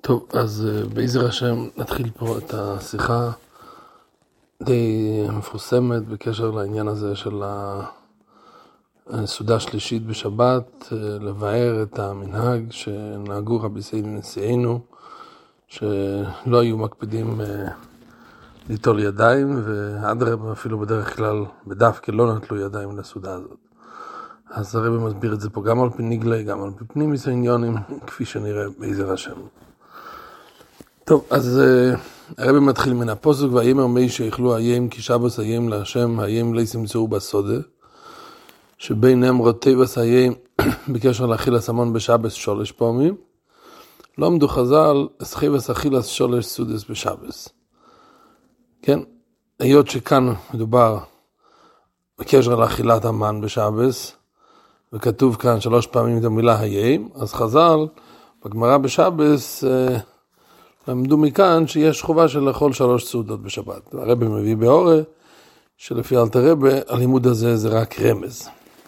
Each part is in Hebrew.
טוב, אז בעזר השם נתחיל פה את השיחה די מפורסמת בקשר לעניין הזה של הסעודה השלישית בשבת, לבאר את המנהג שנהגו רבי סיידי נשיאנו, שלא היו מקפידים ליטול ידיים, ואדרבה אפילו בדרך כלל בדווקא לא נטלו ידיים לסעודה הזאת. אז הרבי מסביר את זה פה גם על פי נגלה, גם על פי פנימיס העניונים, כפי שנראה בעזר השם. טוב, אז הרבי מתחיל מן הפסוק, ויאמר מי שיאכלו היום כי שבס היום להשם, היום לא ימצאו בסודה, שבין אמרות טבעס היום בקשר לאכילת המון בשבס 3 פעמים, לא עמדו חז"ל אסחיבס אכילת 3 סעודות בשבס. כן, היות שכאן מדובר בקשר לאכילת המן בשבס, וכתוב כאן 3 פעמים את המילה היום, אז חז"ל בגמרא בשבס למדו מכאן שיש חובה של לאכול 3 סעודות בשבת. הרבי מביא באורה שלפי אלתר רבי הלימוד הזה זה רק רמז.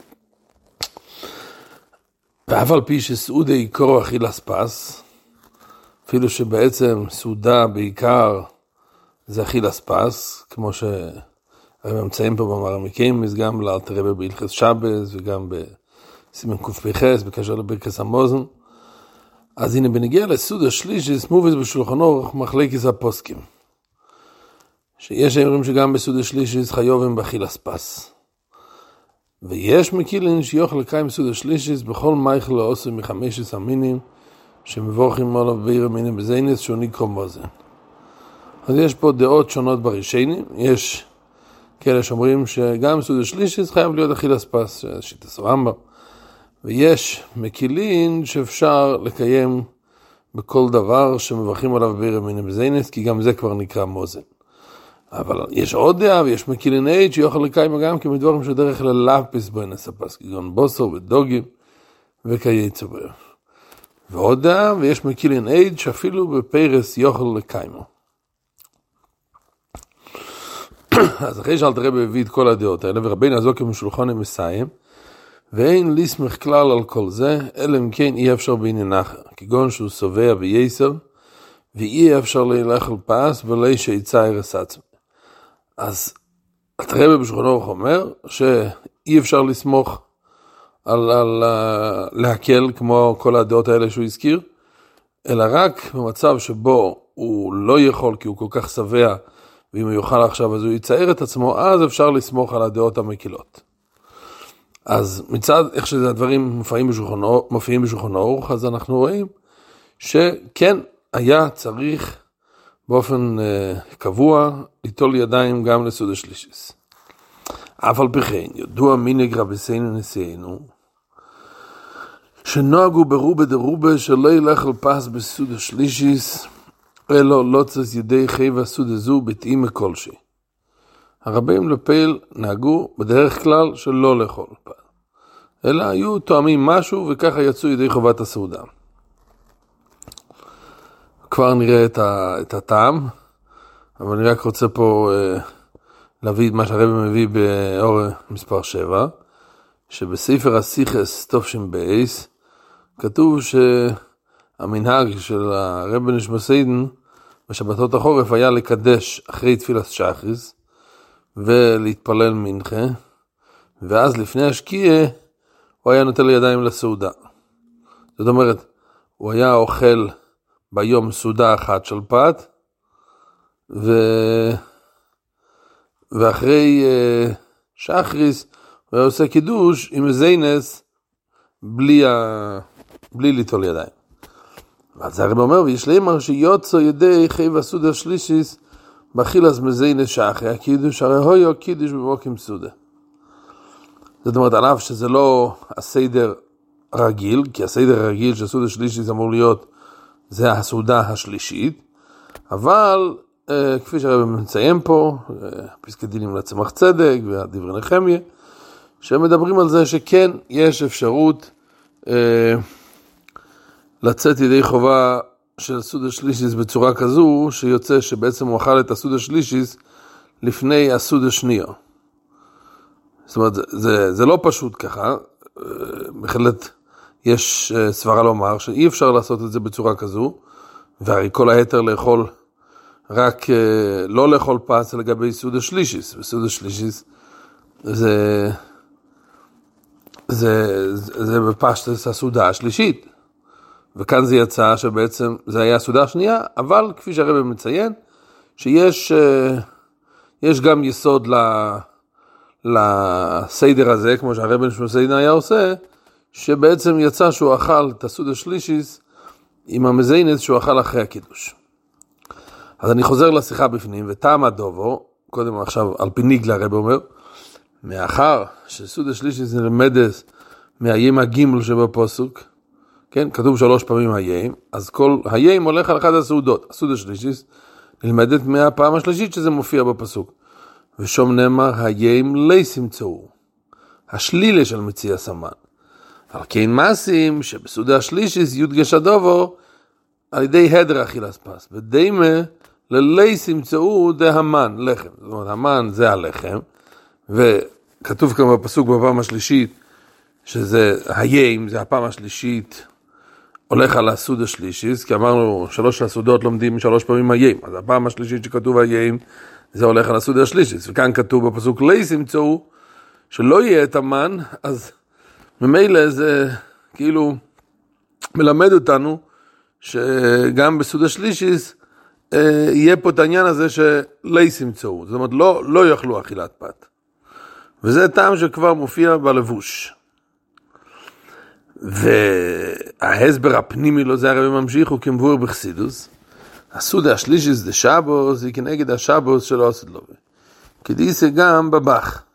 ואף על פי שסעודה עיקרו אכילת פס, אפילו שבעצם סעודה בעיקר זה אכילת פס, כמו שהרבי ממצאים פה במערמיקים, גם לאלתר רבי בהלכות שבס וגם בסימן קפ"ח בקשר לברכת המזון. אז הנה בנגיע לסעודה השלישית מובאת בשולחן אורוך מחלקת הפוסקים. שיש אומרים שגם בסעודה השלישית חייבים באכילת פס. ויש מקילין שיוכל לקיים סעודה שלישית בכל מייכל לעושה מ15 המינים שמבורכים עליו בעיר המינים בזיינס שהוא נקרא מוזן. אז יש פה דעות שונות בראשונים. יש כאלה שאומרים שגם סעודה שלישית חייב להיות אכילת פס, שיטת רמב"ם. ויש מקילין שאפשר לקיים בכל דבר שמברכים עליו בעיר המינים בזיינס, כי גם זה כבר נקרא מוזן. אבל יש עוד דעה, ויש מקילין עד שיוכל לקיים גם כמדברים שדרך ללאפס בו נספס, כגון בוסר ודוגים וכייצא בו. ועוד דעה, ויש מקילין עד שאפילו בפרס יוכל לקיימו. אז אחרי שאלתר רבי הביא את כל הדעות האלה, ורבינו הזוקם משולחן מסיים, ואין לסמך כלל על כל זה, אלא אם כן אי אפשר בעניין אחר, כגון שהוא סובע וייסר, ואי אפשר לאכול פס ולא שיצא ארס עצמי. אז הרבי בשולחן אורוך אומר שאי אפשר לסמוך על להקל כמו כל הדעות האלה שהוא הזכיר, אלא רק במצב שבו הוא לא יכול כי הוא כל כך שבע, ואם הוא יאכל עכשיו אז הוא יצער את עצמו, אז אפשר לסמוך על הדעות המקילות. אז מצד איך שזה הדברים מופיעים בשולחן אורוך, אז אנחנו רואים שכן היה צריך באופן קבוע ליטול ידיים גם לסעודה שלישית. אף על פי כן ידוע מנהג רבי סיידי נשיאנו שנוהגו ברובה דרובה שלא ילך על פס בסעודה שלישית אלא לוצץ ידי חייבה סעודה זו בתאימה כלשהי. הרבים לפעיל נהגו בדרך כלל שלא לאכול פס, אלא היו תואמים משהו וככה יצאו ידי חובת הסעודה. כבר נראה את הטעם, אבל אני רק רוצה פה להביא את מה שהרבי מביא באור מספר 7, שבספר הסיכס תופשין בייס, כתוב שהמנהג של הרבי נשמסיידן בשבתות החורף היה לקדש אחרי תפילת שחריס, ולהתפלל מנחה, ואז לפני השקיעה הוא היה נוטל ידיים לסעודה. זאת אומרת, הוא היה אוכל ביום סעודה אחת של פת, ואחרי שחריס הוא היה עושה קידוש עם זיינס בלי ליטול ידיים. ואז הרב אומר, ויש לאמר שיוצא ידי חייב הסעודה שלישית באכילת מזיינס שאחרי הקידוש, הרי הויו קידוש במוקים סעודה. זאת אומרת, עליו שזה לא הסדר רגיל, כי הסדר הרגיל של הסעודה שלישית אמור להיות זה הסעודה השלישית, אבל כפי שהרבי מציין פה, פסקי דינים לצמח צדק והדברי נחמיה, שהם מדברים על זה שכן יש אפשרות לצאת ידי חובה של סעודה שלישית בצורה כזו, שיוצא שבעצם הוא אכל את הסעודה שלישית לפני הסעודה שנייה. זאת אומרת, זה לא פשוט ככה, בהחלט יש סברה לומר שאי אפשר לעשות את זה בצורה כזו, והרי כל היתר לאכול, רק לא לאכול פס לגבי סעודה שלישיס, וסעודה שלישיס זה בפשטס הסעודה השלישית, וכאן זה יצא שבעצם זה היה הסעודה השנייה, אבל כפי שהרבא מציין, שיש גם יסוד לסדר הזה, כמו שהרבא שמסעין היה עושה, שבעצם יצא שהוא אכל את הסעודה השלישיס עם המזיינס שהוא אכל אחרי הקידוש. אז אני חוזר לשיחה בפנים, וטעם הדובו, קודם עכשיו על פי ניגלה הרב אומר, מאחר שסעודה שלישיס נלמדת מהיים הגימל שבפסוק, כן, כתוב 3 פעמים היים, אז כל היים הולך על אחד הסעודות. הסעודה שלישיס נלמדת מהפעם השלישית שזה מופיע בפסוק. ושום נאמר היים לייס ימצאו, השלילה של מציע סמן. על כן מעשים שבסעודה השלישיס יודגש הדובו על ידי הדר אכילת פס, ודיימה ללייס ימצאו דה המן, לחם. זאת אומרת, המן זה הלחם, וכתוב כאן בפסוק בפעם השלישית, שזה היים, זה הפעם השלישית, הולך על הסעודה השלישיס, כי אמרנו 3 הסעודות לומדים 3 פעמים היים, אז הפעם השלישית שכתוב היים, זה הולך על הסעודה השלישיס, וכאן כתוב בפסוק לייס ימצאו, שלא יהיה את המן, אז ממילא זה כאילו מלמד אותנו, שגם בסעודה שלישיס, יהיה פה את העניין הזה שלייס ימצאו, זאת אומרת לא יאכלו אכילת פת. וזה טעם שכבר מופיע בלבוש. וההסבר הפנימי לו זה הרב ממשיך, הוא כמבואר בחסידוס, הסעודה השלישיס זה שבוס, זה כנגד השבוס שלא עושה לו. כדיסה גם בבח.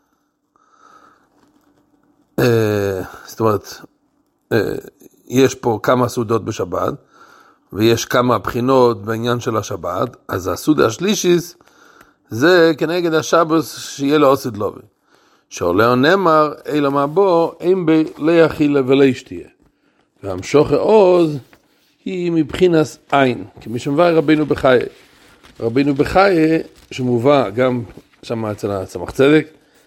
זאת אומרת, יש פה כמה סעודות בשבת, ויש כמה בחינות בעניין של השבת, אז הסעודה השלישיס זה כנגד השבוס שיהיה לו עושד לובי. שעולה נאמר, אלא מה בו, אין בי לא אכילה ולא ישתיה. והמשוך עוז היא מבחינס עין, כמי שמביא רבינו בחיי. רבינו בחיי, שמובא גם שם אצל הצמח צדק,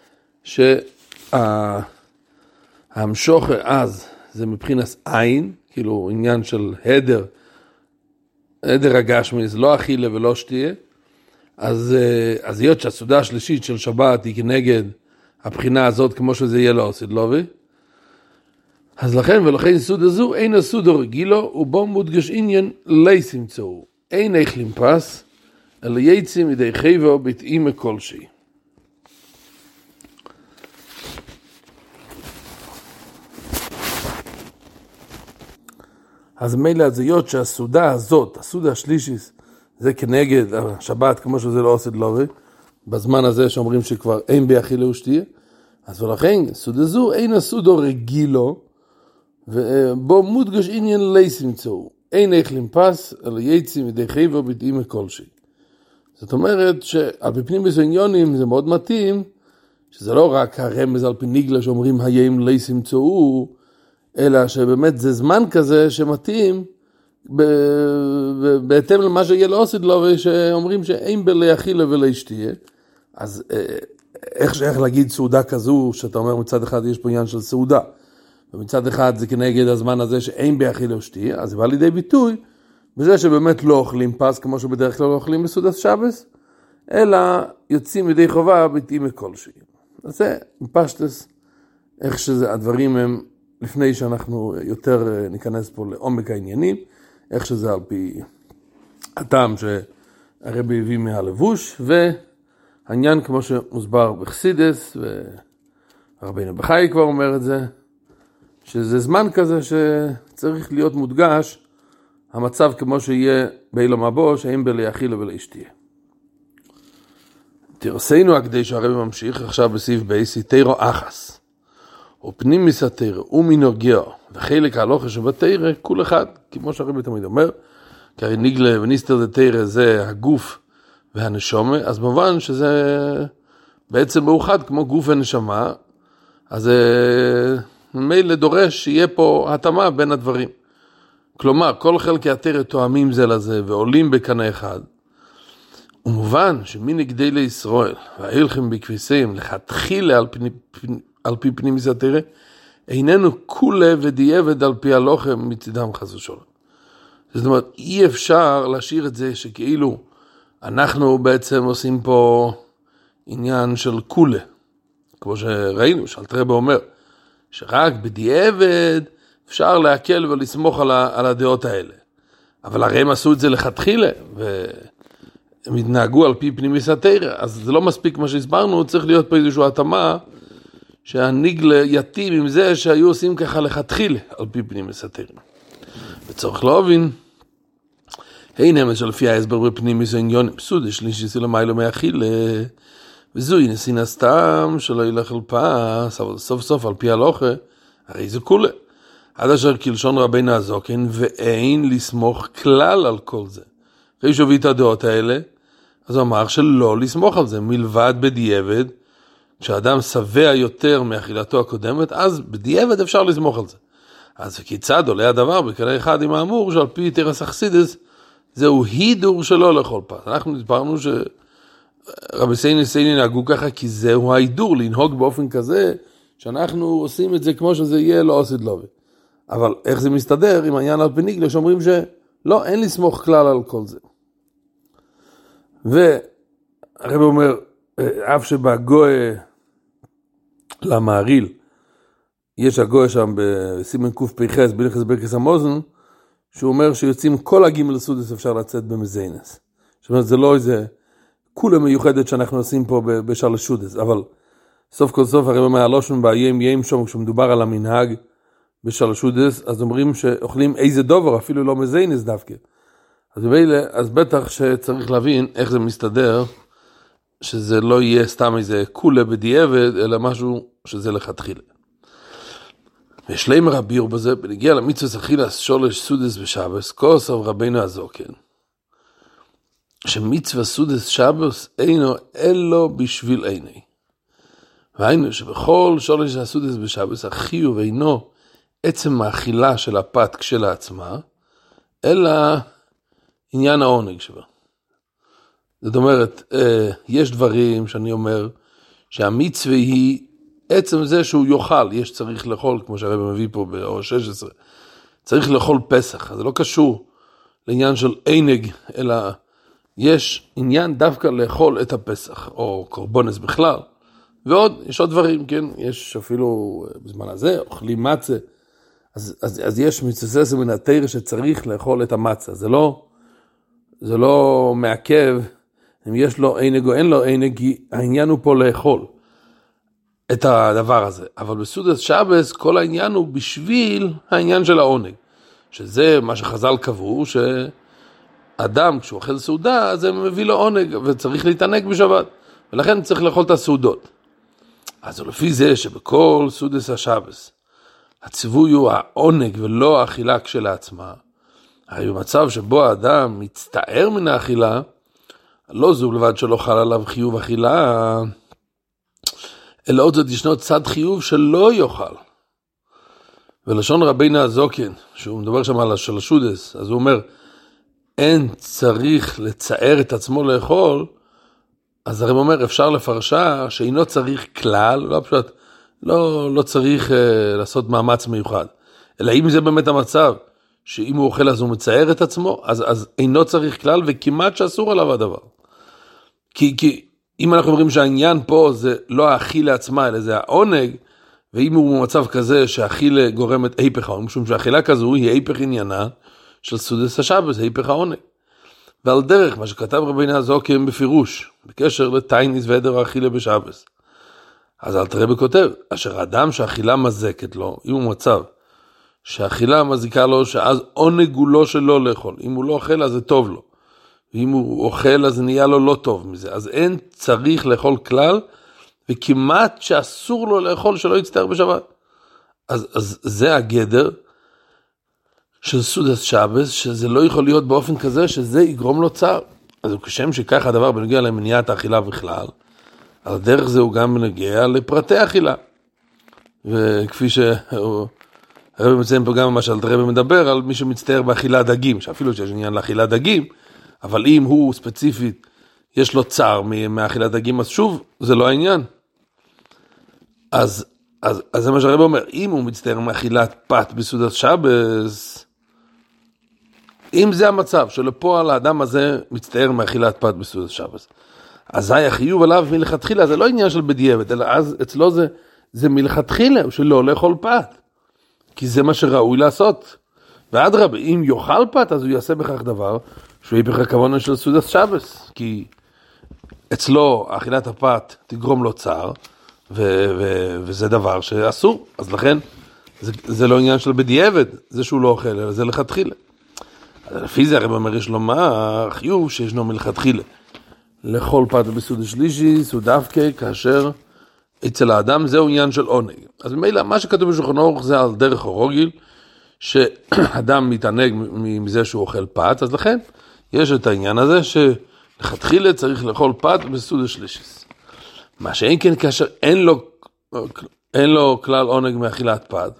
שהמשוך אז זה מבחינס עין, כאילו עניין של עדר הגשמי, זה לא אכילה ולא שתיה, אז היות שהסעודה השלישית של שבת היא כנגד הבחינה הזאת כמו שזה יהיה לו עושד לובי, אז לכן סעודה זו אין הסעודה רגילו, ובו מודגש עניין לייס ימצאו, אין אכלים פס, אלא יצא מדי חייבו בתאימה כלשהי. אז מילא זה היות שהסעודה הזאת, הסעודה השלישיס, זה כנגד השבת כמו שזה לא עושד לובי, בזמן הזה שאומרים שכבר אין באכילה ושתיה, אז ולכן סעודה זו אין הסעודה רגילו, ובו מודגש עניין לייס ימצאו, אין אכלים פס, אלא יצא מדי חייבו בתאימה כלשהי. זאת אומרת שעל פי פנים בסעניונים זה מאוד מתאים, שזה לא רק הרמז על פי ניגלה שאומרים היים לייס ימצאו, אלא שבאמת זה זמן כזה שמתאים בהתאם למה שיהיה לו עושד לו, ושאומרים שאין בלי אכילה ולא שתיה. אז איך להגיד סעודה כזו, שאתה אומר מצד אחד יש פה עניין של סעודה, ומצד אחד זה כנגד הזמן הזה שאין באכילה ושתיה, אז זה בא לידי ביטוי בזה שבאמת לא אוכלים פס כמו שבדרך כלל לא אוכלים בסעודת שבס, אלא יוצאים ידי חובה בתאימה כלשהי. אז זה פשטס, איך שהדברים הם, לפני שאנחנו יותר ניכנס פה לעומק העניינים, איך שזה על פי הטעם שהרבי הביא מהלבוש, והעניין כמו שמוסבר בחסידס, ורבינו בחיי כבר אומר את זה, שזה זמן כזה שצריך להיות מודגש, המצב כמו שיהיה באילום הבא, שאין בלי אכילה ולא ישתיה. תרסנו הקדש הרבי ממשיך עכשיו בסעיף בייסי, תירו אחס. ופנימיס התירה ומנוגיה וחלק ההלוכה שבתירה, כול אחד, כמו שהרבי תמיד אומר, כי הרי ניגלה וניסתר דתירה זה הגוף והנשמה, אז במובן שזה בעצם מאוחד כמו גוף ונשמה, אז מילא דורש שיהיה פה התאמה בין הדברים. כלומר, כל חלקי התירה תואמים זה לזה ועולים בקנה אחד, ומובן שמנגדי לישראל וההלכים בכביסים לכתחילה על פי פנימיס התירה, איננו כולה ודיעבד על פי הלוחם מצדם חס ושלום. זאת אומרת, אי אפשר להשאיר את זה שכאילו אנחנו בעצם עושים פה עניין של כולה, כמו שראינו, שאלתרבה אומר, שרק בדיעבד אפשר להקל ולסמוך על הדעות האלה. אבל הרי הם עשו את זה לכתחילה, והם התנהגו על פי פנימיס התורה, אז זה לא מספיק מה שהסברנו, צריך להיות פה איזושהי התאמה, שהניגלה יתאים עם זה שהיו עושים ככה לכתחילה, על פי פנימיס התורה. וצורך להבין, הנה שלפי ההסבר בפנימיס העניונים, סודה שלישי סלמיילו מאכילה, וזוהי נסין הסתם שלא ילך על פס, אבל סוף סוף על פי הלוכה, הרי זה כולה. עד אשר כלשון רבינו הזוקן, ואין לסמוך כלל על כל זה. אחרי שהביא את הדעות האלה, אז הוא אמר שלא לסמוך על זה, מלבד בדיעבד, כשאדם שבע יותר מאכילתו הקודמת, אז בדיעבד אפשר לסמוך על זה. אז כיצד עולה הדבר בקנה אחד עם האמור, שעל פי תרס אכסידס, זהו הידור שלא לאכול פס. אנחנו הסברנו שרבי סייני נהגו ככה, כי זהו ההידור, לנהוג באופן כזה, שאנחנו עושים את זה כמו שזה יהיה, לא עושה דלובי. אבל איך זה מסתדר עם העניין על פניגלה, שאומרים שלא, אין לסמוך כלל על כל זה. והרב אומר, אף שבגוי למעריל, יש הגוי שם בסימן קפ"ח, בלכס ברכס המוזן, שהוא אומר שיוצאים כל הגימל סודס אפשר לצאת במזיינס. זאת אומרת, זה לא איזה כולה מיוחדת שאנחנו עושים פה בשלוש שודס, אבל סוף כל סוף הרב אומר, הלושן בים שום, כשמדובר על המנהג בשלוש שודס, אז אומרים שאוכלים איזה דובר, אפילו לא מזיינס דווקא. אז בטח שצריך להבין איך זה מסתדר, שזה לא יהיה סתם איזה כולה בדיעבד, אלא משהו שזה לכתחילה. ושלימר הביאור בזה, בנגיע למצווה אכילת שולש סודס בשבס, כוסף רבינו הזוקן, שמצווה סודס שבס אינו אלו בשביל עיני. והיינו שבכל שולש הסודס בשבס, החיוב אינו עצם האכילה של הפת כשלעצמה, אלא עניין העונג שבה. זאת אומרת, יש דברים שאני אומר, שהמצווה היא עצם זה שהוא יאכל, יש צריך לאכול, כמו שהרב מביא פה באור 16, צריך לאכול פסח, אז זה לא קשור לעניין של עינג, אלא יש עניין דווקא לאכול את הפסח, או קורבנס בכלל, ועוד, יש עוד דברים, כן, יש אפילו בזמן הזה, אוכלים מצה, אז יש מצווה מן התורה שצריך לאכול את המצה, זה לא מעכב, אם יש לו עינג או אין לו עינג, העניין הוא פה לאכול את הדבר הזה. אבל בסעודת שבס, כל העניין הוא בשביל העניין של העונג. שזה מה שחז"ל קבעו, שאדם כשהוא אוכל סעודה, זה מביא לו עונג, וצריך להתענג בשבת. ולכן צריך לאכול את הסעודות. אז לפי זה שבכל סעודת השבס, הציווי הוא העונג ולא האכילה כשלעצמה. הרי במצב שבו האדם מצטער מן האכילה, לא זו לבד שלא חל עליו חיוב אכילה, אלא עוד זאת ישנו צד חיוב שלא יאכל. ולשון רבינו הזוקן, שהוא מדבר שם על השלשודס, אז הוא אומר, אין צריך לצער את עצמו לאכול, אז הרב אומר, אפשר לפרשה שאינו צריך כלל, לא פשוט, לא צריך לעשות מאמץ מיוחד. אלא אם זה באמת המצב, שאם הוא אוכל אז הוא מצער את עצמו, אז אינו צריך כלל וכמעט שאסור עליו הדבר. כי אם אנחנו אומרים שהעניין פה זה לא האכילה עצמה, אלא זה העונג, ואם הוא במצב כזה שהאכילה גורמת היפך העונג, משום שהאכילה כזו היא היפך עניינה של סעודת השבס, היפך העונג. ועל דרך מה שכתב רבינו הזוקן בפירוש, בקשר לתייניס ועדר האכילה בשבס. אז אלתרבה כותב, אשר אדם שהאכילה מזקת לו, אם הוא מצב שהאכילה מזיקה לו, שאז עונג הוא לא שלא לאכול. אם הוא לא אוכל, אז זה טוב לו. ואם הוא אוכל, אז נהיה לו לא טוב מזה. אז אין צריך לאכול כלל, וכמעט שאסור לו לאכול שלא יצטער בשבת. אז זה הגדר של סעודת שבס, שזה לא יכול להיות באופן כזה, שזה יגרום לו צער. אז כשם שכך הדבר בנוגע למניעת האכילה בכלל, על דרך זה הוא גם בנוגע לפרטי אכילה. וכפי שהוא... הרב מציין פה גם מה שאלתרבה מדבר על מי שמצטער באכילת דגים, שאפילו שיש עניין לאכילת דגים, אבל אם הוא ספציפית, יש לו צער מאכילת דגים, אז שוב, זה לא העניין. אז זה מה שהרב אומר, אם הוא מצטער מאכילת פת בסעודת שבס, אם זה המצב שלפועל האדם הזה מצטער מאכילת פת בסעודת שבת, אזי החיוב עליו מלכתחילה, זה לא עניין של בדיעבד, אלא אז אצלו זה מלכתחילה, שלא לאכול פת, כי זה מה שראוי לעשות. ואדרבה, אם יאכל פת, אז הוא יעשה בכך דבר, שהוא יהיה בכך כוונה של סעודת שבת, כי אצלו אכילת הפת תגרום לו צער, וזה דבר שאסור, אז לכן זה לא עניין של בדיעבד, זה שהוא לא אוכל, אלא זה לכתחילה. לפי זה הרב אומר יש לומר, חיוב שישנו מלכתחילה. לאכול פת בסעודה שלישי, סעודה דווקא, כאשר אצל האדם זהו עניין של עונג. אז ממילא, מה שכתוב בשולחן ערוך זה על דרך הרגיל, שאדם מתענג מזה שהוא אוכל פת, אז לכן יש את העניין הזה שלכתחילה צריך לאכול פת בסעודה שלישי. מה שאין כן כאשר אין לו כלל עונג מאכילת פת.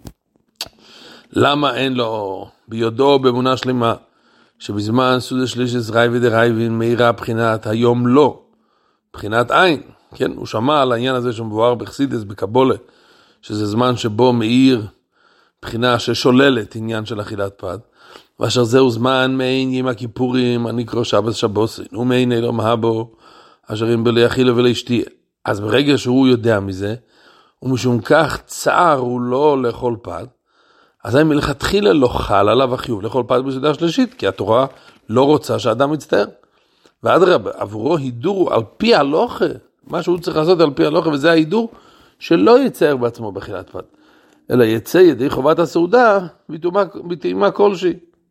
למה אין לו ביודעו באמונה שלמה, שבזמן סעודה שלישי רייבי דרייבין מאירה בחינת היום לא, בחינת עין, כן? הוא שמע על העניין הזה שמבואר בחסידס בקבולה, שזה זמן שבו מאיר בחינה ששוללת עניין של אכילת פת, ואשר זהו זמן מעין יום הכיפורים, הנקרא שבת שבוסין, ומעין אלו מהבו, אשר אם בלי אכילה ולהשתייה. אז ברגע שהוא יודע מזה, ומשום כך צער הוא לא לאכול פת, אז הם מלכתחילה לא חל עליו החיוב לאכול פת בסעודה שלישית, כי התורה לא רוצה שהאדם יצטער. ואדרבה, עבורו הידור על פי הלוכה, מה שהוא צריך לעשות על פי הלוכה, וזה ההידור שלא יצטער בעצמו באכילת פת, אלא יצא ידי חובת הסעודה בטעימה כלשהי.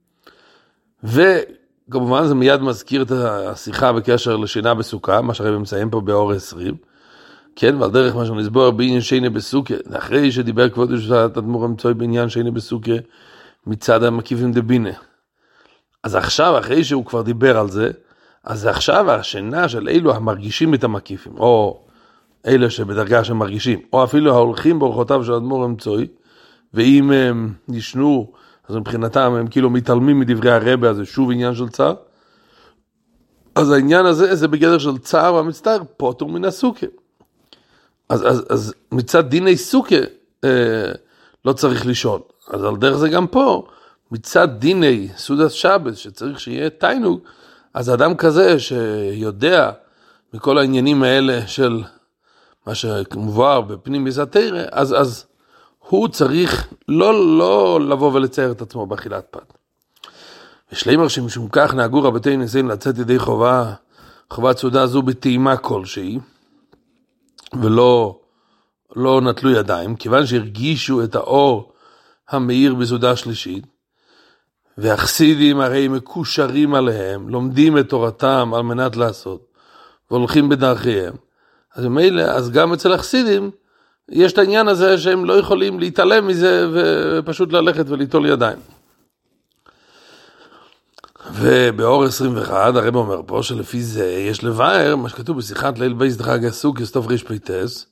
וכמובן זה מיד מזכיר את השיחה בקשר לשינה בסוכה, מה שהרב מסיים פה באור 20, כן, ועל דרך מה שנסבור בעניין שינה בסוכה, אחרי שדיבר כבוד האדמו"ר המצוי בעניין שינה בסוכה, מצד המקיפים דבינה. אז עכשיו, אחרי שהוא כבר דיבר על זה, אז עכשיו השינה של אלו המרגישים את המקיפים, או אלה שבדרגה שמרגישים, או אפילו ההולכים באורחותיו של האדמו"ר המצוי, ואם הם נשנו, אז מבחינתם הם כאילו מתעלמים מדברי הרבה, אז זה שוב עניין של צער. אז העניין הזה, זה בגדר של צער והמצטער, פוטר מן הסוכה. אז מצד דיני סוכה לא צריך לישון. אז על דרך זה גם פה, מצד דיני סעודת שבת, שצריך שיהיה תיינוג, אז אדם כזה שיודע מכל העניינים האלה של מה שמובהר בפנים מסתירה, אז הוא צריך לא לבוא ולצייר את עצמו באכילת פת. יש להימר שמשום כך נהגו רבתי ניסים לצאת ידי חובת סעודה זו בטעימה כלשהי, ולא נטלו ידיים, כיוון שהרגישו את האור המאיר בסעודה שלישית, והחסידים הרי מקושרים עליהם, לומדים את תורתם על מנת לעשות, והולכים בדרכיהם. אז ממילא, אז גם אצל החסידים, יש את העניין הזה שהם לא יכולים להתעלם מזה, ופשוט ללכת וליטול ידיים. ובאור 21, הרב אומר פה שלפי זה יש לבאר, מה שכתוב בשיחת ליל בייס דחג הסוכה סטוף ריש פייטס,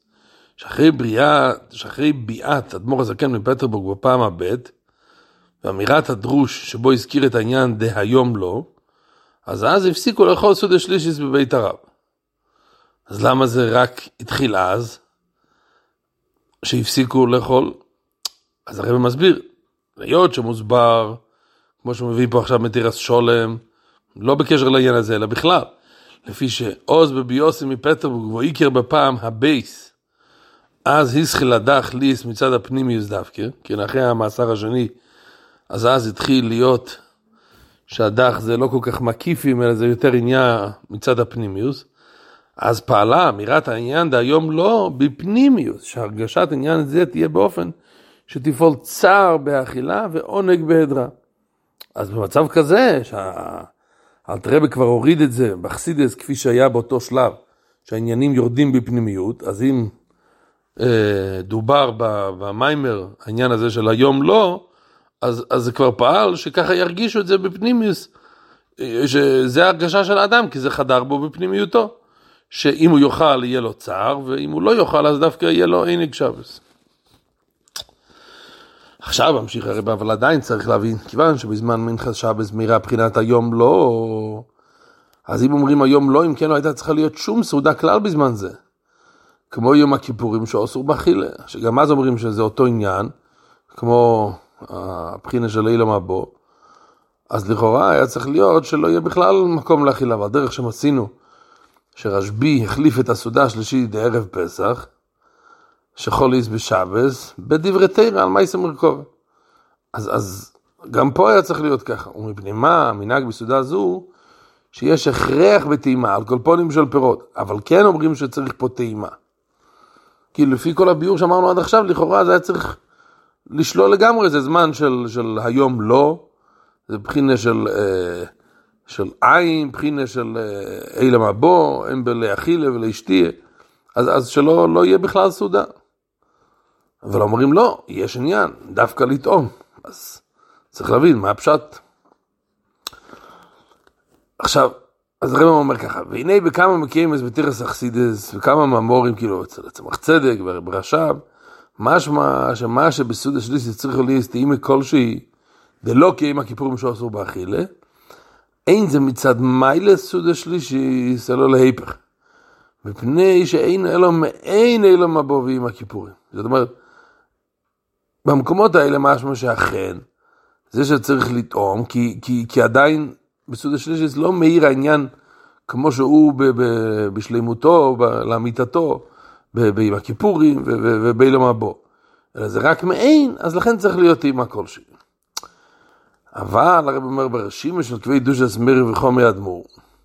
שאחרי ביאת אדמו"ר הזקן מפטרבורג בפעם הבית, ואמירת הדרוש שבו הזכיר את העניין דהיום לא, אז הפסיקו לאכול סעודה שלישית בבית הרב. אז למה זה רק התחיל אז, שהפסיקו לאכול? אז הרב מסביר, להיות שמוסבר, כמו שהוא מביא פה עכשיו מתירס שולם, לא בקשר לעניין הזה, אלא בכלל, לפי שעוז בביוסי מפטרבורג ואיקר בפעם הבייס, אז הסחיל הדח ליס מצד הפנימיוס דווקא, כי אחרי המאסר השני, אז התחיל להיות שהדח זה לא כל כך מקיפים, אלא זה יותר עניין מצד הפנימיוס, אז פעלה אמירת העניין דהיום לא בפנימיוס, שהרגשת עניין זה תהיה באופן שתפעול צער באכילה ועונג בהדרה. אז במצב כזה, שהאלטרבה כבר הוריד את זה בחסידס כפי שהיה באותו שלב, שהעניינים יורדים בפנימיות, אז אם דובר במיימר העניין הזה של היום לא, אז זה כבר פעל שככה ירגישו את זה בפנימיוס, שזה הרגשה של האדם, כי זה חדר בו בפנימיותו, שאם הוא יאכל יהיה לו צער, ואם הוא לא יאכל אז דווקא יהיה לו עינג שבס. עכשיו ממשיך הרב, אבל עדיין צריך להבין, כיוון שבזמן מנחת שבס מאירה בחינת היום לא, אז אם אומרים היום לא, אם כן לא הייתה צריכה להיות שום סעודה כלל בזמן זה, כמו יום הכיפורים שאוסר באכילה, שגם אז אומרים שזה אותו עניין, כמו הבחינה של אילם הבו, אז לכאורה היה צריך להיות שלא יהיה בכלל מקום לאכילה, אבל דרך שמצינו שרשב"י החליף את הסעודה השלישית בערב פסח, שחוליס בשבס, בדברי תורה על מייסה מרכוב. אז גם פה היה צריך להיות ככה. ומפני מה המנהג בסעודה זו, שיש הכרח בטעימה, על קולפונים של פירות, אבל כן אומרים שצריך פה טעימה. כי לפי כל הביור שאמרנו עד עכשיו, לכאורה זה היה צריך לשלול לגמרי, זה זמן של היום לא, זה בחינה של עין, בחינה של אילם הבו, אין בלאכילה ולאשתיה, אז שלא לא יהיה בכלל סעודה. אבל אומרים לא, יש עניין, דווקא לטעום, אז צריך להבין מה הפשט. עכשיו, אז הרב אומר ככה, והנה בכמה מקרים אז בתירס אכסידס, וכמה מאמורים כאילו צמח צדק ברשב, משמע שמה שבסעודה שלישית צריך להסתיים כלשהי, דלא כי עם הכיפורים שעשו באכילה, אין זה מצד מיילה סעודה שלישית, זה לא להיפך. מפני שאין אלו מבוא ועם הכיפורים. זאת אומרת, במקומות האלה משמע שאכן, זה שצריך לטעום, כי עדיין בסעודה שלישית לא מאיר העניין כמו שהוא בשלימותו, לאמיתתו, עם הכיפורים ובאילום הבא. אלא זה רק מעין, אז לכן צריך להיות עם הכל שלי. אבל הרב אומר ברשימה של כבי דושס מירי וחומי אדמו"ר,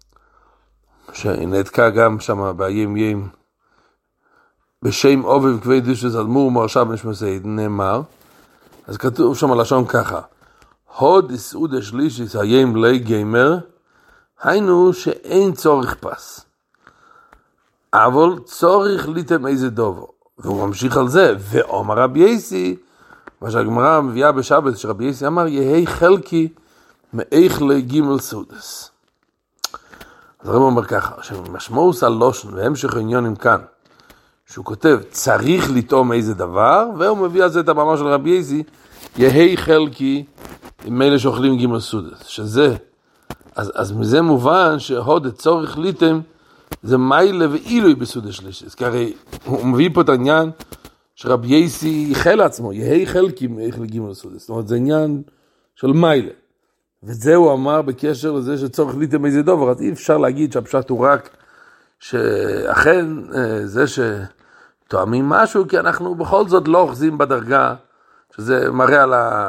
שנעתקה גם שם בים בשם אוביב כבי דושס אדמו"ר מרשע בן שמסעיד נאמר, אז כתוב שם לשון ככה, הוד סעודה שלישית הים לי גיימר, היינו שאין צורך פס, אבל צורך ליתם איזה דובו, והוא ממשיך על זה, ואומר רבי יסי, מה שהגמרא מביאה בשבת, שרבי יסי אמר, יהי חלקי מאיך לגימל סעודס. אז הרב אומר ככה, שמשמעוס על לושן והמשך עניונים כאן, שהוא כותב, צריך לטעום איזה דבר, והוא מביא על זה את הבמה של רבי יסי, יהי חלקי עם אלה שאוכלים גימל סעודס, שזה, אז מזה מובן שהוד צורך ליתם, זה מיילה ואילוי בסעודה שלישית, כי הרי הוא מביא פה את העניין, שרבי יסי ייחל לעצמו, יהי חלקי מאיך לגימל סעודה, זאת אומרת זה עניין של מיילה, וזה הוא אמר בקשר לזה שצורך ליתם איזה דובר, אז אי אפשר להגיד שהפשט הוא רק, שאכן זה שתואמים משהו, כי אנחנו בכל זאת לא אוחזים בדרגה, שזה מראה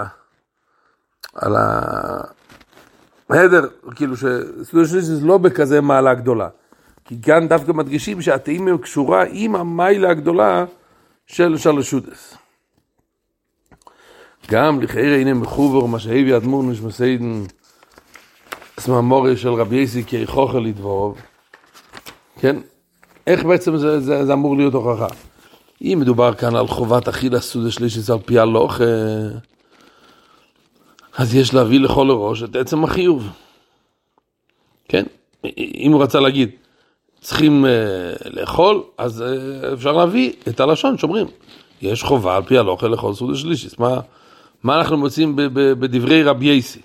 על ההדר, כאילו שסעודה שלישית זה לא בכזה מעלה גדולה, כי כאן דווקא מדגישים שהטעימה היא קשורה עם המיילה הגדולה של שלשודס. גם לכאורה הנה מחובר מה שהביא אדמו"ר נשמסיידן סממורי של רבי יסי כי חוכל לדבורוב. כן? איך בעצם זה אמור להיות הוכחה? אם מדובר כאן על חובת אכילה סעודה שלישית על פי הלוך, אז יש להביא לכל הראש את עצם החיוב. כן? אם הוא רצה להגיד צריכים לאכול, אז אפשר להביא את הלשון שאומרים, יש חובה על פי הלוך לאכול סעודה שלישית. מה אנחנו מוצאים בדברי רבי יסי?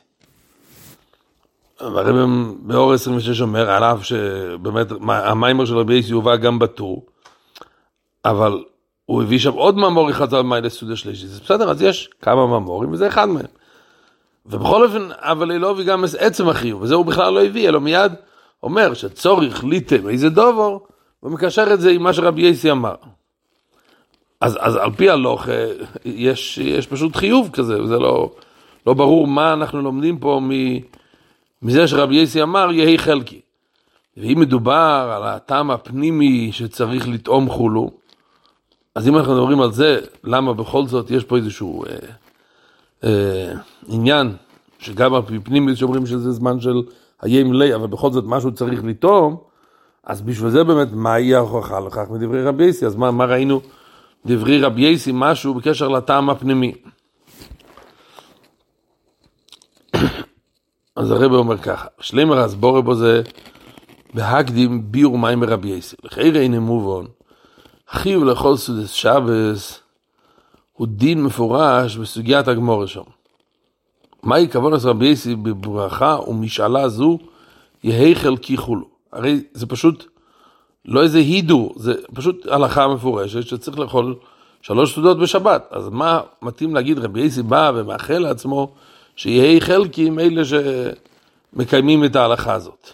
והרב באור 26 אומר, עליו שבאמת המיימר של רבי יסי הובא גם בטור, אבל הוא הביא שם עוד מאמור אחד על מיילה סעודה שלישית. אז בסדר, אז יש כמה מאמורים, וזה אחד מהם. ובכל אופן, אבל לא הביא גם עצם החיוב, וזה הוא בכלל לא הביא, אלא מיד אומר שצורך ליתם איזה דובר, ומקשר את זה עם מה שרבי יסי אמר. אז על פי הלוך, יש פשוט חיוב כזה, וזה לא ברור מה אנחנו לומדים פה מזה שרבי יסי אמר, יהי חלקי. ואם מדובר על הטעם הפנימי שצריך לטעום חולו, אז אם אנחנו מדברים על זה, למה בכל זאת יש פה איזשהו עניין, שגם על פנימי שאומרים שזה זמן של הים לי, אבל בכל זאת משהו צריך לטעום, אז בשביל זה באמת, מה יהיה ההוכחה לכך מדברי רבי יסי? אז מה ראינו דברי רבי יסי משהו בקשר לטעם הפנימי? אז הרב אומר ככה, שלמה הסבורה בו זה, בהקדים ביור מים מרבי יסי. לכאורה הנה מובן, חיוב לאכול סעודת שבס, הוא דין מפורש בסוגיית הגמרא שם. מהי כוונת רבי יסי בברכה ומשאלה זו, יהי חלקי חולו. הרי זה פשוט לא איזה הידור, זה פשוט הלכה מפורשת שצריך לאכול 3 סעודות בשבת. אז מה מתאים להגיד, רבי יסי בא ומאחל לעצמו שיהי חלקים אלה שמקיימים את ההלכה הזאת.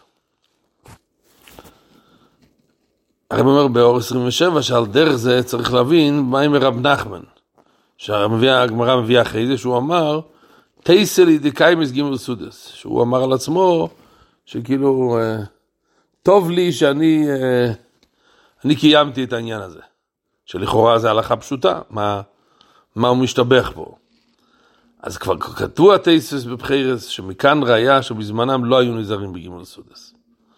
הרב אומר באור 27 שעל דרך זה צריך להבין מה עם רב נחמן, שהגמרא מביאה אחרי זה, שהוא אמר, תייסלי דקיימס גימל סודס, שהוא אמר על עצמו, שכאילו, טוב לי שאני קיימתי את העניין הזה, שלכאורה זה הלכה פשוטה, מה הוא משתבח פה. אז כבר כתבו התייסס בבחירס, שמכאן ראיה שבזמנם לא היו נזהרים בגימל סודס.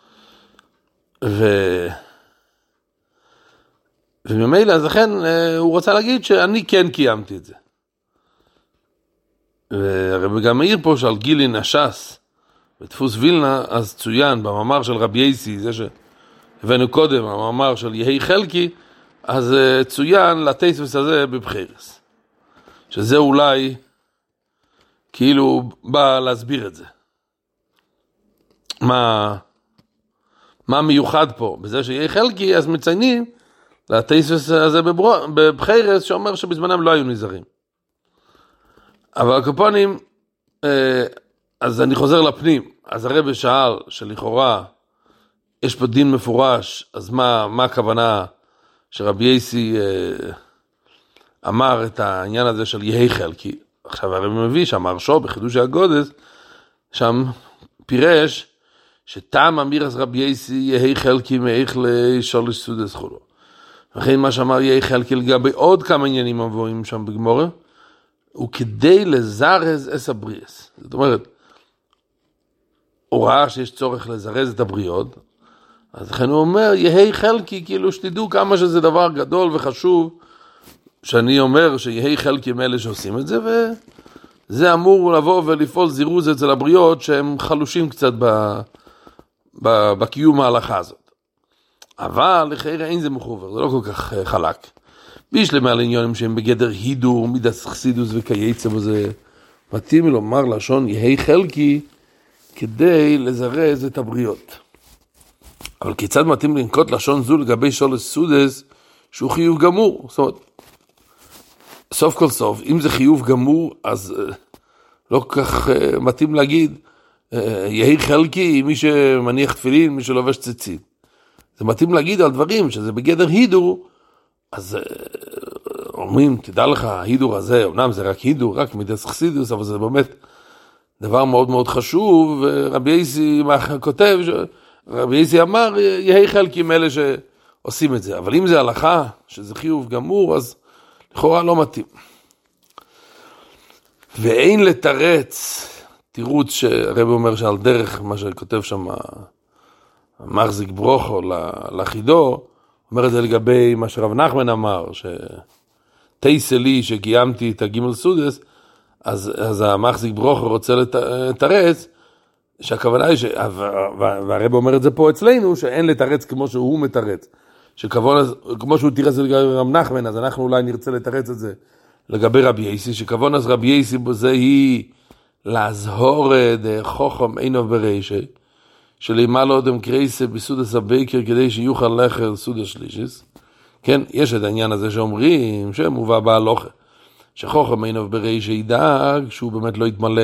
וממילא, אז לכן הוא רוצה להגיד שאני כן קיימתי את זה. והרב גם מעיר פה שעל גילין הש"ס, בדפוס וילנה, אז צוין במאמר של רבי יסי, זה שהבאנו קודם, המאמר של יהי חלקי, אז צוין לתייסס הזה בבחירס. שזה אולי כאילו בא להסביר את זה. מה מיוחד פה? בזה שיהי חלקי, אז מציינים לתייסס הזה בבחירס, שאומר שבזמנם לא היו נזהרים. אבל הקופונים, אז אני חוזר לפנים, אז הרב שאל שלכאורה יש פה דין מפורש, אז מה הכוונה שרבי יסי אמר את העניין הזה של יהי חלקי? עכשיו הרב מביא שהמהרש"א בחידוש הגודס, שם פירש שטעם אמירס רבי יסי יהי חלקי מאיך לשולש סודס חולו. וכן מה שאמר יהי חלקי לגבי עוד כמה עניינים מבואים שם בגמורה, הוא כדי לזרז אס הבריאס. זאת אומרת, הוא ראה שיש צורך לזרז את הבריאות, אז לכן הוא אומר, יהי חלקי, כאילו שתדעו כמה שזה דבר גדול וחשוב, שאני אומר שיהי חלקי מאלה שעושים את זה, וזה אמור לבוא ולפעול זירוז אצל הבריאות, שהם חלושים קצת בקיום ההלכה הזאת. אבל לחיירה אין זה מחובר, זה לא כל כך חלק. בישלמה על עניונים שהם בגדר הידור, מידס חסידוס וקייצה, וזה מתאים לומר לשון יהי חלקי, כדי לזרז את הבריות. אבל כיצד מתאים לנקוט לשון זו לגבי שולש סודס, שהוא חיוב גמור? זאת אומרת, סוף כל סוף, אם זה חיוב גמור, אז לא כל כך מתאים להגיד, יהי חלקי, מי שמניח תפילין, מי שלובש ציצית. זה מתאים להגיד על דברים שזה בגדר הידור, אז אומרים, תדע לך, ההידור הזה, אמנם זה רק הידור, רק מידס חסידוס, אבל זה באמת דבר מאוד מאוד חשוב, ורבי יסי כותב, רבי יסי אמר, יהי חלקים אלה שעושים את זה, אבל אם זה הלכה, שזה חיוב גמור, אז לכאורה לא מתאים. ואין לתרץ, תירוץ שהרבי אומר שעל דרך מה שכותב שם, מחזיק ברוכו לחידו, אומר את זה לגבי מה שרב נחמן אמר, שתייסלי שקיימתי את הגימל סודס, אז המחזיק ברוכו רוצה לתרץ, שהכוונה היא, והרב אומר את זה פה אצלנו, שאין לתרץ כמו שהוא מתרץ, כמו שהוא תירץ לגבי רב נחמן, אז אנחנו אולי נרצה לתרץ את זה לגבי רבי יסי, שכוון אז רבי יסי בזה היא להזהור חוכם אינו ברישי, שלימה לא אדם קרייסה בסודס הבייקר כדי שיוכל לכר סודס שלישיס. כן, יש את העניין הזה שאומרים שמובא בהלוכה, שחוכם אינו ברישי ידאג שהוא באמת לא יתמלא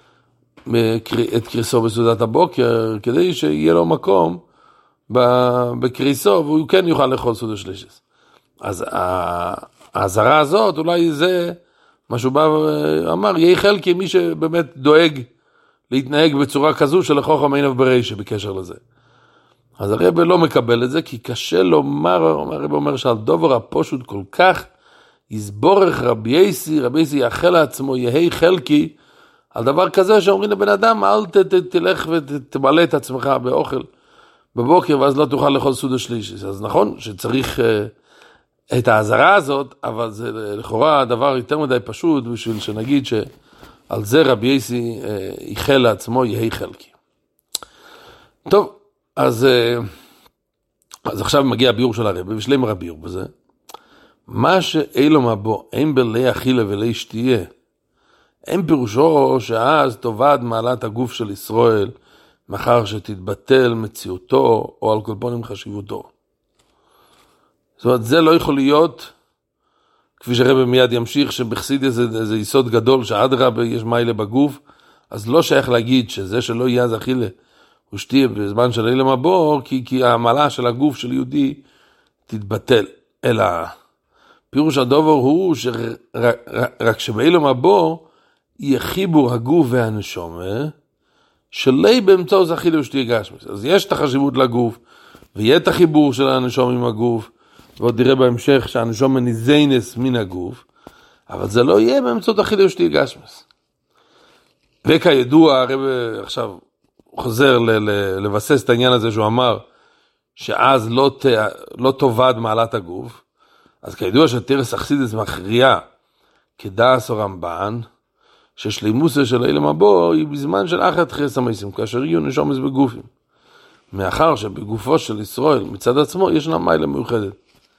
את קריסו בסעודת הבוקר, כדי שיהיה לו מקום בקריסו, והוא כן יוכל לאכול סעודה שלישית. אז ההזרה הזאת, אולי זה מה שהוא בא ואמר, יהי חלקי מי שבאמת דואג להתנהג בצורה כזו של חוכם אינו ברישי בקשר לזה. אז הרב לא מקבל את זה, כי קשה לומר, הרב אומר שעל דובר הפשוט כל כך, יסבורך רבי יסי יאכל לעצמו יהי חלקי, על דבר כזה שאומרים לבן אדם, אל תלך ותמלא את עצמך באוכל בבוקר, ואז לא תוכל לאכול סעודה שלישית. אז נכון שצריך את ההזרה הזאת, אבל זה לכאורה דבר יותר מדי פשוט, בשביל שנגיד שעל זה רבי יסי יאכל לעצמו יהי חלקי. טוב, אז עכשיו מגיע הביור של הרבי, ושלם הביור בזה. מה שאילו מבוא, אין בלי אכילה ולי שתייה, אין פירושו שאז תאבד מעלת הגוף של ישראל, מחר שתתבטל מציאותו, או על כל פנים חשיבותו. זאת אומרת, זה לא יכול להיות, כפי שהרבי מיד ימשיך, שבחסידיה זה יסוד גדול, שאדרבה יש מיילה בגוף, אז לא שייך להגיד שזה שלא יהיה אז אכילה ושתייה בזמן של ליל המבוא, כי המעלה של הגוף של יהודי תתבטל. אלא פירוש הדובר הוא שרק שבליל המבוא יהיה חיבור הגוף והנשומה, שלי באמצעות אכילה ושתייה גשמית. אז יש את החשיבות לגוף, ויהיה את החיבור של הנשום עם הגוף, ועוד נראה בהמשך שהנשום ניזנס מן הגוף, אבל זה לא יהיה באמצעות אכילה ושתייה גשמית. וכידוע, הרב עכשיו חוזר לבסס את העניין הזה שהוא אמר, שאז לא תאבד מעלת הגוף, אז כידוע שתרס אכסידס מכריע כדעס או רמב"ן, ששלימוסה של ליל המבוא היא בזמן של אחת חס המייסים, כאשר יהיו נשומס בגופים. מאחר שבגופו של ישראל מצד עצמו ישנה מיילה מיוחדת.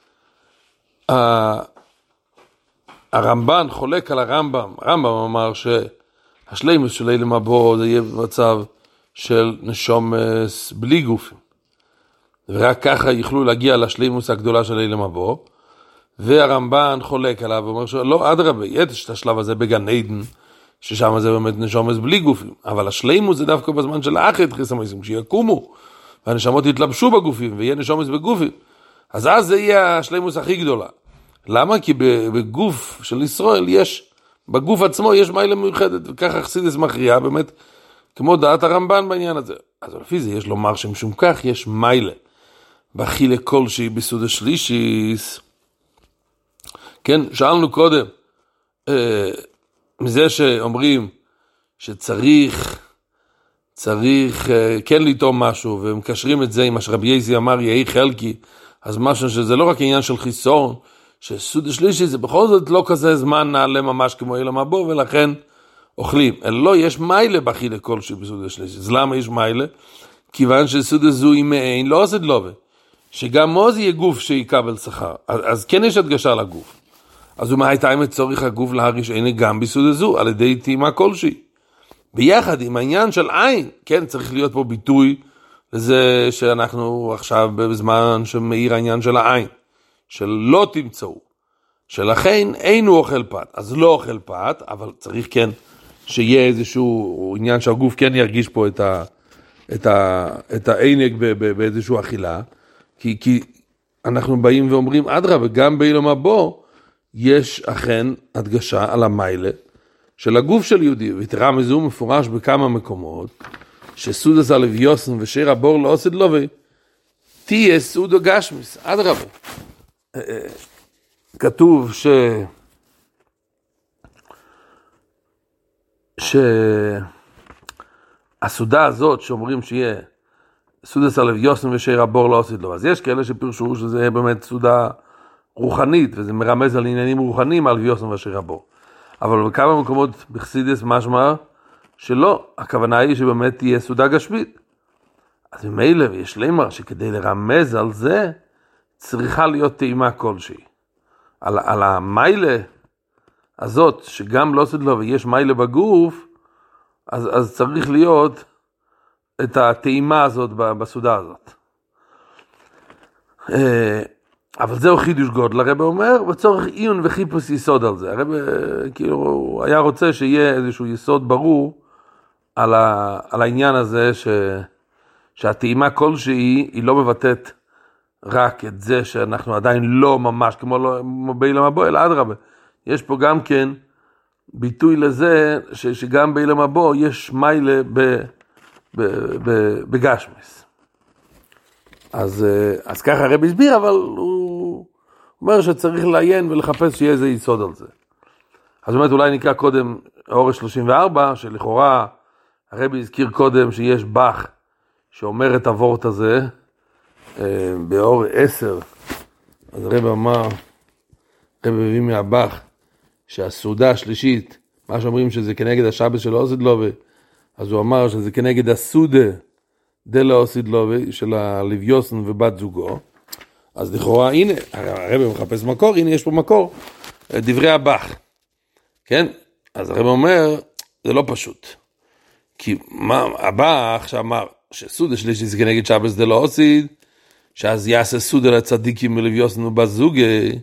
הרמב"ן חולק על הרמב"ם. הרמב"ם אמר שהשלימוס של ליל המבוא זה יהיה במצב של נשומס בלי גופים. ורק ככה יוכלו להגיע לשלימוס הגדולה של ליל המבוא. והרמב"ן חולק עליו ואומר שלא, אדרבה, יש את השלב הזה בגן עדן, ששם זה באמת נשומס בלי גופים, אבל השלימוס זה דווקא בזמן של אחת חס המייסים, כשיקומו, והנשמות יתלבשו בגופים, ויהיה נשומס בגופים, אז זה יהיה השלימוס הכי גדולה. למה? כי בגוף של ישראל בגוף עצמו יש מיילה מיוחדת, וככה חסידס מכריע, באמת, כמו דעת הרמב"ן בעניין הזה. אז לפי זה יש לומר שמשום כך יש מיילה, באכילה כלשהי בסעודה שלישיס. כן, שאלנו קודם, מזה שאומרים שצריך כן לטעום משהו, ומקשרים את זה עם מה שרבי יזי אמר יהי חלקי, אז משהו שזה לא רק עניין של חיסון, שסעודה שלישי זה בכל זאת לא כזה זמן נעלה ממש כמו ליל המבוא, ולכן אוכלים. אלא לא, יש מיילה באכילה כלשהי בסעודה שלישי. אז למה יש מיילה? כיוון שסעודה זו היא מעין לא עושה דלובה, שגם מוז יהיה גוף שיקבל שכר, אז כן יש הדגשה לגוף. אז מה הייתה עם צורך הגוף להריש עיני גם בסעודה זו, על ידי טעימה כלשהי. ביחד עם העניין של עין, כן, צריך להיות פה ביטוי לזה שאנחנו עכשיו בזמן שמאיר העניין של העין, של לא תמצאו, שלכן אינו אוכל פת. אז לא אוכל פת, אבל צריך כן שיהיה איזשהו עניין שהגוף כן ירגיש פה את העינג באיזשהו אכילה, כי אנחנו באים ואומרים, אדרבה, וגם בליל המבוא, יש אכן הדגשה על המיילה של הגוף של יהודי, ויתרה מזו מפורש בכמה מקומות, שסעודת הלוויוסן ושיר הבור לא עושה דלובי, תהיה סעודה גשמיס, אדרבה. כתוב שהסעודה הזאת שאומרים שיהיה סעודת הלוויוסן ושיר הבור לא עושה דלובי, אז יש כאלה שפרשו שזה באמת סעודה רוחנית, וזה מרמז על עניינים רוחניים על לוויוסן ושיר הבור. אבל בכמה מקומות בחסידס משמע שלא, הכוונה היא שבאמת תהיה סעודה גשמית. אז ממילא יש לומר שכדי לרמז על זה, צריכה להיות טעימה כלשהי. על המיילה הזאת, שגם לא סוד לו ויש מיילה בגוף, אז צריך להיות את הטעימה הזאת בסעודה הזאת. אבל זהו חידוש גודל, הרב אומר, בצורך עיון וחיפוש יסוד על זה. הרב כאילו היה רוצה שיהיה איזשהו יסוד ברור על העניין הזה שהטעימה כלשהי היא לא מבטאת רק את זה שאנחנו עדיין לא ממש כמו בליל המבוא, אלא אדרבה. יש פה גם כן ביטוי לזה שגם בליל המבוא יש מיילה בגשמיס. אז ככה הרב הסביר, אבל הוא אומר שצריך לעיין ולחפש שיהיה איזה יסוד על זה. אז באמת אולי נקרא קודם אורש 34, שלכאורה הרב הזכיר קודם שיש בח שאומר את הוורט הזה, באור 10, אז הרב אמר, הרב הביא מהבח, שהסעודה השלישית, מה שאומרים שזה כנגד השבת של אוסידלובי, אז הוא אמר שזה כנגד הסעודה דלה אוסידלובי, של הלוויוסן ובת זוגו, אז לכאורה, הנה, הרב מחפש מקור, הנה יש פה מקור, דברי הבח, כן? אז הרב אומר, זה לא פשוט, כי הבח שאמר, שסעודה שלישית זה כנגד שבת דלה אוסיד, שאז יעשה סעודה לצדיקים ולוויוסן ובת זוגי,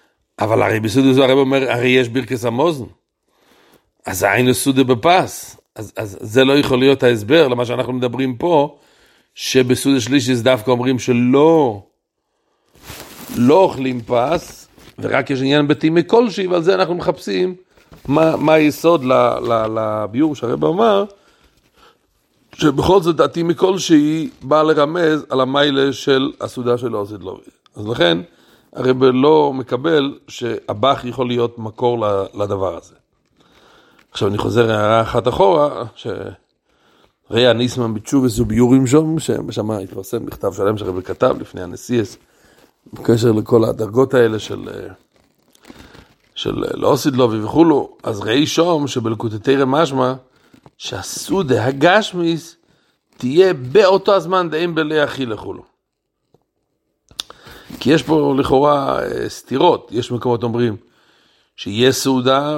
אבל הרי בסעודה זו הרב אומר, הרי יש ברכס המוזן, אז היינו סעודה בפס, אז זה לא יכול להיות ההסבר למה שאנחנו מדברים פה, שבסעודה שלישית דווקא אומרים שלא אוכלים פס, ורק יש עניין בתימי כלשהי, ועל זה אנחנו מחפשים מה היסוד לביור שהרב אמר, שבכל זאת התימי כלשהי בא לרמז על המיילה של הסעודה של עוsid לוי. אז לכן הרב לא מקבל שהבח יכול להיות מקור לדבר הזה. עכשיו אני חוזר הערה אחת אחורה, שראה הניסמן בתשובס וביורים שם התפרסם מכתב שלם שהרב כתב לפני הנשיאס, בקשר לכל הדרגות האלה של עוsid לוי וכולו. אז ראי שום שבלקוטי רמשמע, שהסעודה הגשמיס תהיה באותו הזמן דאים בלי אכילה וכולו. כי יש פה לכאורה סתירות, יש מקומות אומרים שיהיה סעודה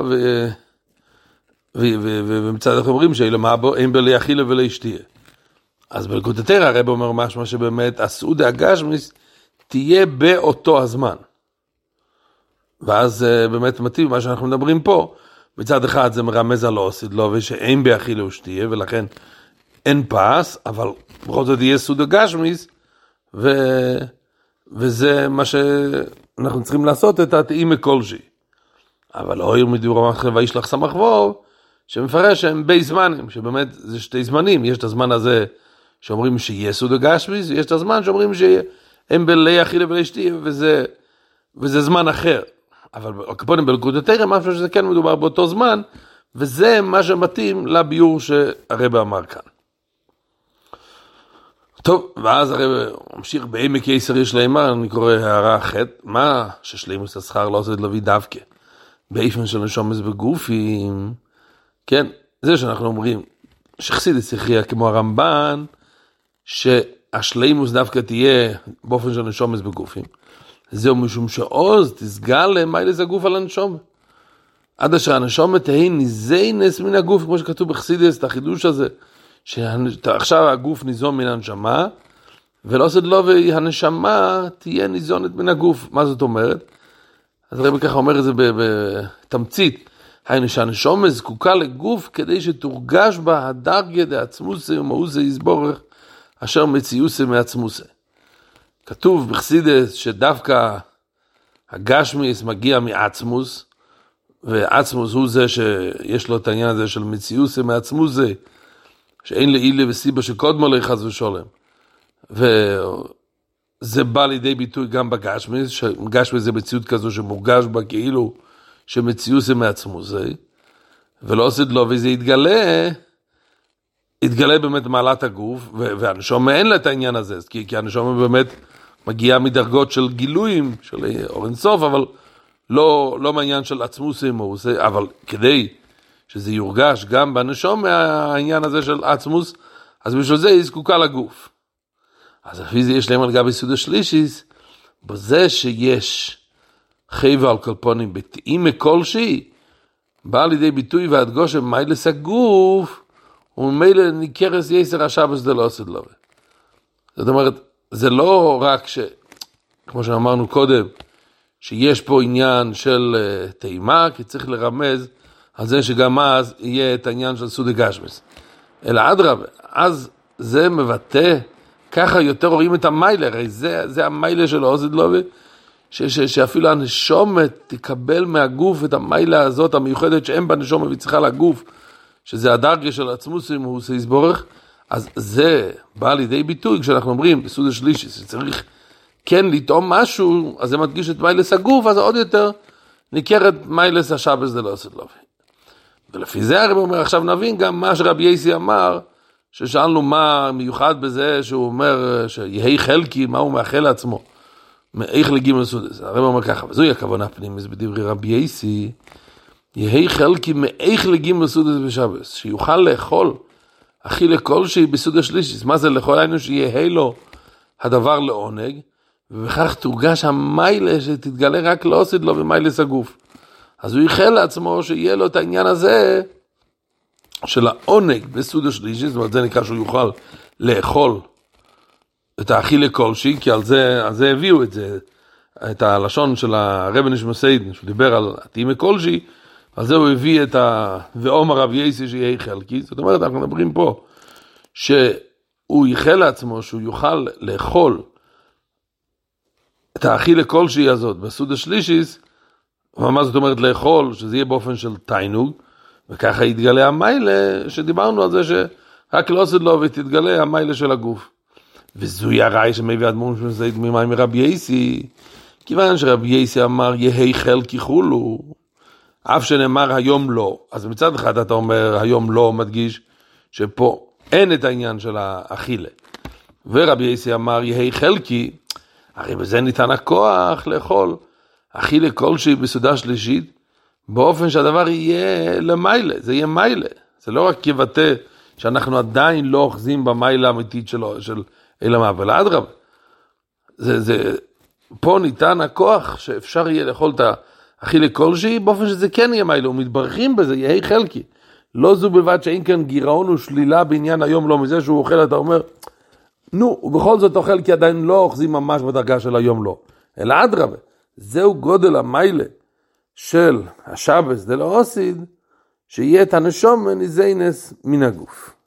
ומצד אחר אומרים שאין בלי אכילה ולא ישתיה. אז בלקוטי הרב אומר משמע שבאמת הסעודה הגשמיס תהיה באותו הזמן. ואז באמת מתאים מה שאנחנו מדברים פה. מצד אחד זה מרמז על עוsid לוי שאין באכילה ושתיה, ולכן אין פס, אבל בכל זאת יהיה סעודה גשמיס, וזה מה שאנחנו צריכים לעשות, את התאימה כלשהי. אבל אויר מדיבור המחשב וישלח סמך וו, שמפרש שהם בי זמנים, שבאמת זה שתי זמנים. יש את הזמן הזה שאומרים שיהיה סעודה גשמיס, ויש את הזמן שאומרים שהם בלי אכילה ולא ישתיה, וזה זמן אחר. אבל כפונים בלקוטי משהו שזה כן מדובר באותו זמן, וזה מה שמתאים לביור שהרב אמר כאן. טוב, ואז הרב ממשיך בעמק יסר יש לאמר, אני קורא הערה אחת, מה ששלימוס השכר לא עושה דלוי דווקא, באיפן של נשומס בגופים, כן, זה שאנחנו אומרים, שחסידס הכריע כמו הרמב"ן, שהשלימוס דווקא תהיה באופן של נשומס בגופים, זהו משום שעוז תסגל למיילס הגוף על הנשום. עד אשר הנשום תהי ניזינס מן הגוף, כמו שכתוב בחסידס, את החידוש הזה, שעכשיו הגוף ניזון מן הנשמה, ולא עוsid לוי הנשמה תהיה ניזונת מן הגוף. מה זאת אומרת? אז הרב ככה אומר את זה בתמצית, היינו שהנשום זקוקה לגוף כדי שתורגש בה הדרגה דעצמוסי ומאוסי יסבורך, אשר מציוסי מעצמוסי. כתוב בחסידס שדווקא הגשמיס מגיע מעצמוס, ועצמוס הוא זה שיש לו את העניין הזה של מציוסי מעצמוסי, שאין לאילה וסיבה שקודמו לי חס ושולם. וזה בא לידי ביטוי גם בגשמיס, שגשמיס זה מציאות כזו שמורגש בה כאילו שמציוסי מעצמוסי, ולא עוsid לוי זה יתגלה באמת מעלת הגוף, והנשום אין לה את העניין הזה, כי הנשום באמת מגיעה מדרגות של גילויים, של אור אין סוף, אבל לא מעניין של עצמוסים, אבל כדי שזה יורגש גם בנשום מהעניין הזה של עצמוס, אז בשביל זה היא זקוקה לגוף. אז לפי זה יש להם על גבי סעודה שלישית, בזה שיש חייבה על קלפונים בתאימה כלשהי, בא לידי ביטוי והדגוש מיילס הגוף, וממילא ניכרס יסר השבס דלא עוsid לוי. זאת אומרת, זה לא רק כמו שאמרנו קודם, שיש פה עניין של תאימה, כי צריך לרמז על זה שגם אז יהיה את העניין של סעודה גשמיס. אלא אדרבה, אז זה מבטא, ככה יותר רואים את המיילה, הרי זה המיילה של עוsid לוי, שאפילו הנשומת תקבל מהגוף את המיילה הזאת המיוחדת שאין בה נשומת וצריכה לגוף, שזה הדרגה של עצמוסים הוא שיסבורך. אז זה בא לידי ביטוי כשאנחנו אומרים בסעודה שלישית שצריך כן לטעום משהו, אז זה מדגיש את מיילס הגוף, אז עוד יותר ניכר את מיילס השבס דלא עוsid לוי. ולפי זה הרב אומר, עכשיו נבין גם מה שרבי יסי אמר, ששאלנו מה מיוחד בזה שהוא אומר שיהי חלקי, מה הוא מאחל לעצמו, מאיך לגימל סעודס. הרב אומר ככה, וזוהי הכוונה פנימית בדברי רבי יסי, יהי חלקי מאיך לגימל סעודס בשבס, שיוכל לאכול אכילה כלשהי בסעודה שלישית. מה זה לאכול? היינו שיהיה לו הדבר לעונג, ובכך תורגש המיילה שתתגלה רק לא עוsid לו במיילס הגוף. אז הוא יחל לעצמו שיהיה לו את העניין הזה של העונג בסעודה שלישית, זאת אומרת זה נקרא שהוא יוכל לאכול את האכילה כלשהי, כי על זה הביאו את זה, את הלשון של הרב נשמע סיידן, שהוא דיבר על התאימה כלשהי, על זה הוא הביא את ואומר רב יסי שיהיה חלקי. זאת אומרת, אנחנו מדברים פה שהוא ייחל לעצמו, שהוא יוכל לאכול את האכילה כלשהי הזאת בסעודה שלישיס, ומה זאת אומרת לאכול, שזה יהיה באופן של תיינוג, וככה יתגלה המיילה, שדיברנו על זה שרק לא עושה לו ותתגלה המיילה של הגוף. וזוהי הראי שמביא אדמו"ר שמזייד ממים מרבי יסי, כיוון שרבי יסי אמר יהי חלקי חולו, אף שנאמר היום לא. אז מצד אחד אתה אומר היום לא, מדגיש שפה אין את העניין של האכילה. ורבי יסי אמר יהי חלקי, הרי בזה ניתן הכוח לאכול אכילה כלשהי בסעודה שלישית, באופן שהדבר יהיה למיילה, זה יהיה מיילה. זה לא רק יבטא שאנחנו עדיין לא אוחזים במיילה האמיתית של אלמה, אבל אדרבה. פה ניתן הכוח שאפשר יהיה לאכול את האכילה כלשהי, באופן שזה כן יהיה מיילה, ומתברכים בזה, יהי חלקי. לא זו בלבד שאין כאן גירעון ושלילה בעניין היום לא, מזה שהוא אוכל, אתה אומר, נו, ובכל זאת אוכל כי עדיין לא אוחזים ממש בדרגה של היום לא. אלא אדרבה, זהו גודל המיילה של השבס דלא אוסיד, שיהיה את הנשום מניזיינס מן הגוף.